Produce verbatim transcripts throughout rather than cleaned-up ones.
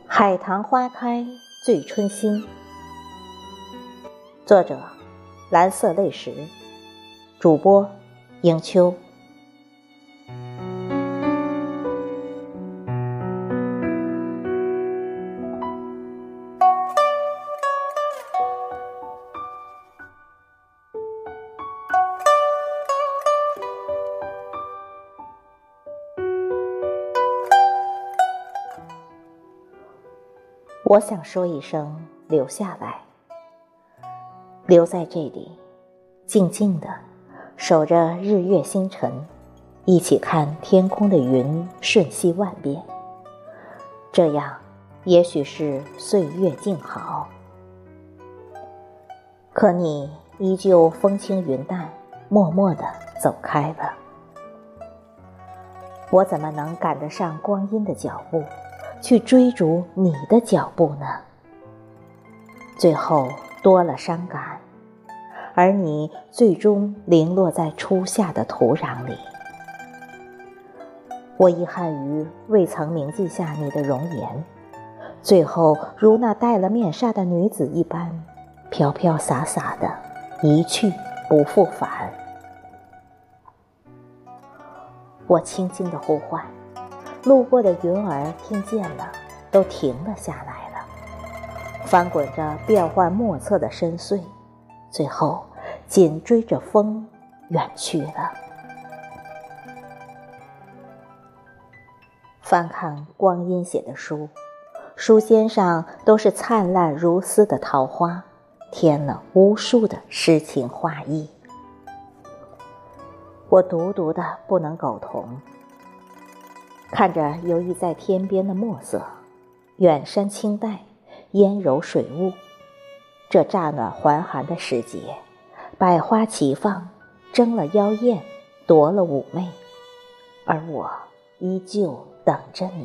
海棠花开醉春心，作者蓝色泪石，主播迎秋。我想说一声留下来，留在这里，静静地守着日月星辰，一起看天空的云瞬息万变。这样也许是岁月静好，可你依旧风轻云淡，默默地走开了。我怎么能赶得上光阴的脚步，去追逐你的脚步呢？最后多了伤感，而你最终零落在初夏的土壤里。我遗憾于未曾铭记下你的容颜，最后如那戴了面纱的女子一般，飘飘洒洒的一去不复返。我轻轻地呼唤，路过的云儿听见了，都停了下来了，翻滚着变幻莫测的深邃，最后紧追着风远去了。翻看光阴写的书，书签上都是灿烂如丝的桃花，添了无数的诗情画意。我独独的不能苟同，看着游弋在天边的墨色，远山青黛，烟柔水雾，这乍暖还寒的时节，百花齐放，争了妖艳，夺了妩媚，而我依旧等着你。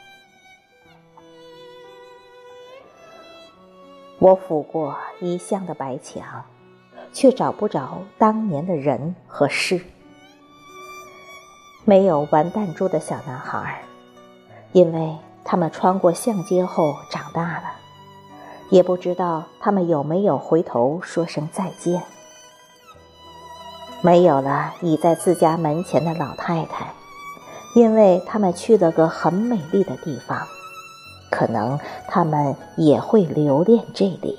我抚过一向的白墙，却找不着当年的人和事。没有玩弹珠的小男孩，因为他们穿过巷街后长大了，也不知道他们有没有回头说声再见。没有了倚在自家门前的老太太，因为他们去了个很美丽的地方，可能他们也会留恋这里。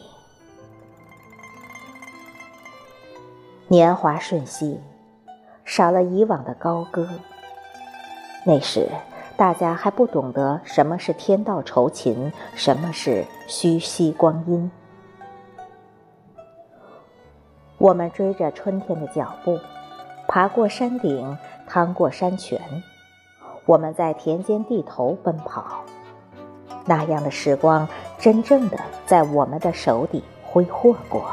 年华瞬息，少了以往的高歌。那时大家还不懂得什么是天道酬勤，什么是虚息光阴。我们追着春天的脚步，爬过山顶，趟过山泉，我们在田间地头奔跑，那样的时光真正的在我们的手里挥霍过。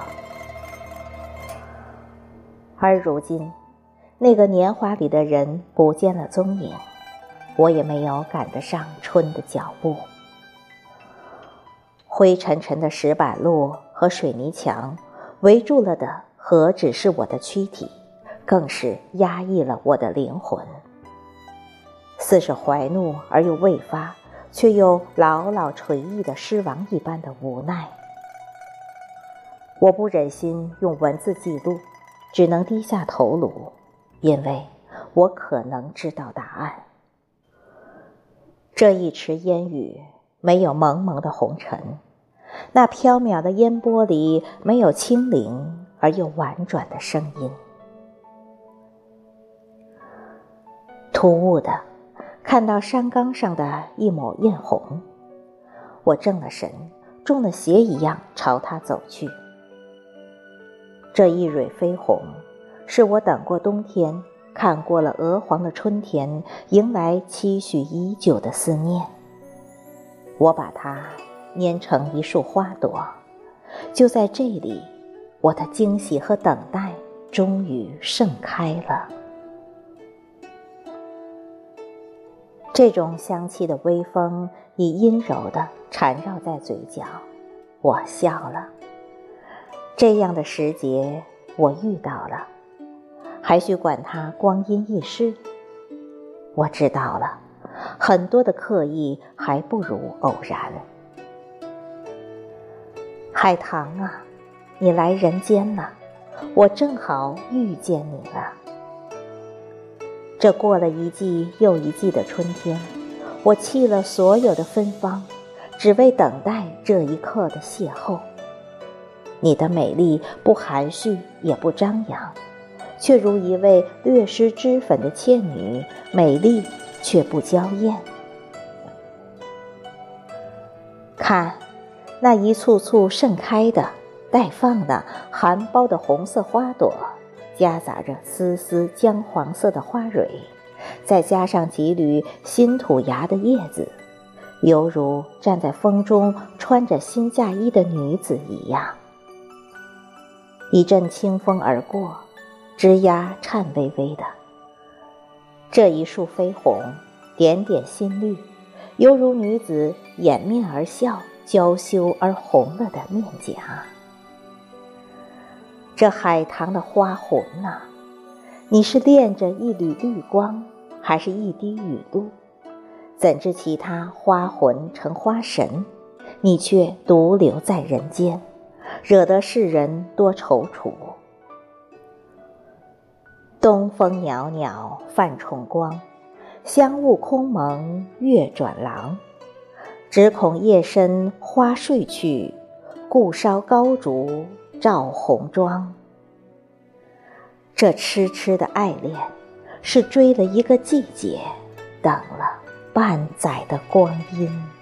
而如今那个年华里的人不见了踪影，我也没有赶得上春的脚步。灰沉沉的石板路和水泥墙，围住了的何止是我的躯体，更是压抑了我的灵魂。似是怀怒而又未发，却又牢牢垂意的狮王一般的无奈。我不忍心用文字记录，只能低下头颅，因为我可能知道答案。这一池烟雨没有蒙蒙的红尘，那缥缈的烟波里没有轻灵而又婉转的声音。突兀的看到山岗上的一抹艳红，我怔了神，中了邪一样朝它走去。这一蕊绯红，是我等过冬天，看过了鹅黄的春天，迎来期许已久的思念。我把它捏成一束花朵，就在这里，我的惊喜和等待终于盛开了。这种香气的微风已阴柔地缠绕在嘴角，我笑了。这样的时节我遇到了，还需管它光阴易逝？我知道了，很多的刻意还不如偶然。 海棠啊，你来人间了，我正好遇见你了。这过了一季又一季的春天，我弃了所有的芬芳，只为等待这一刻的邂逅。你的美丽不含蓄也不张扬，却如一位略施脂粉的倩女，美丽却不娇艳。看，那一簇簇盛开的、待放的、含苞的红色花朵，夹杂着丝丝姜黄色的花蕊，再加上几缕新吐芽的叶子，犹如站在风中穿着新嫁衣的女子一样。一阵清风而过，枝桠颤巍巍的。这一束绯红，点点新绿，犹如女子掩面而笑，娇羞而红了的面颊。这海棠的花魂啊，你是恋着一缕绿光，还是一滴雨露？怎知其他花魂成花神，你却独留在人间，惹得世人多踌躇。东风袅袅泛重光，香雾空蒙月转廊。只恐夜深花睡去，故烧高烛照红妆。这痴痴的爱恋，是追了一个季节，等了半载的光阴。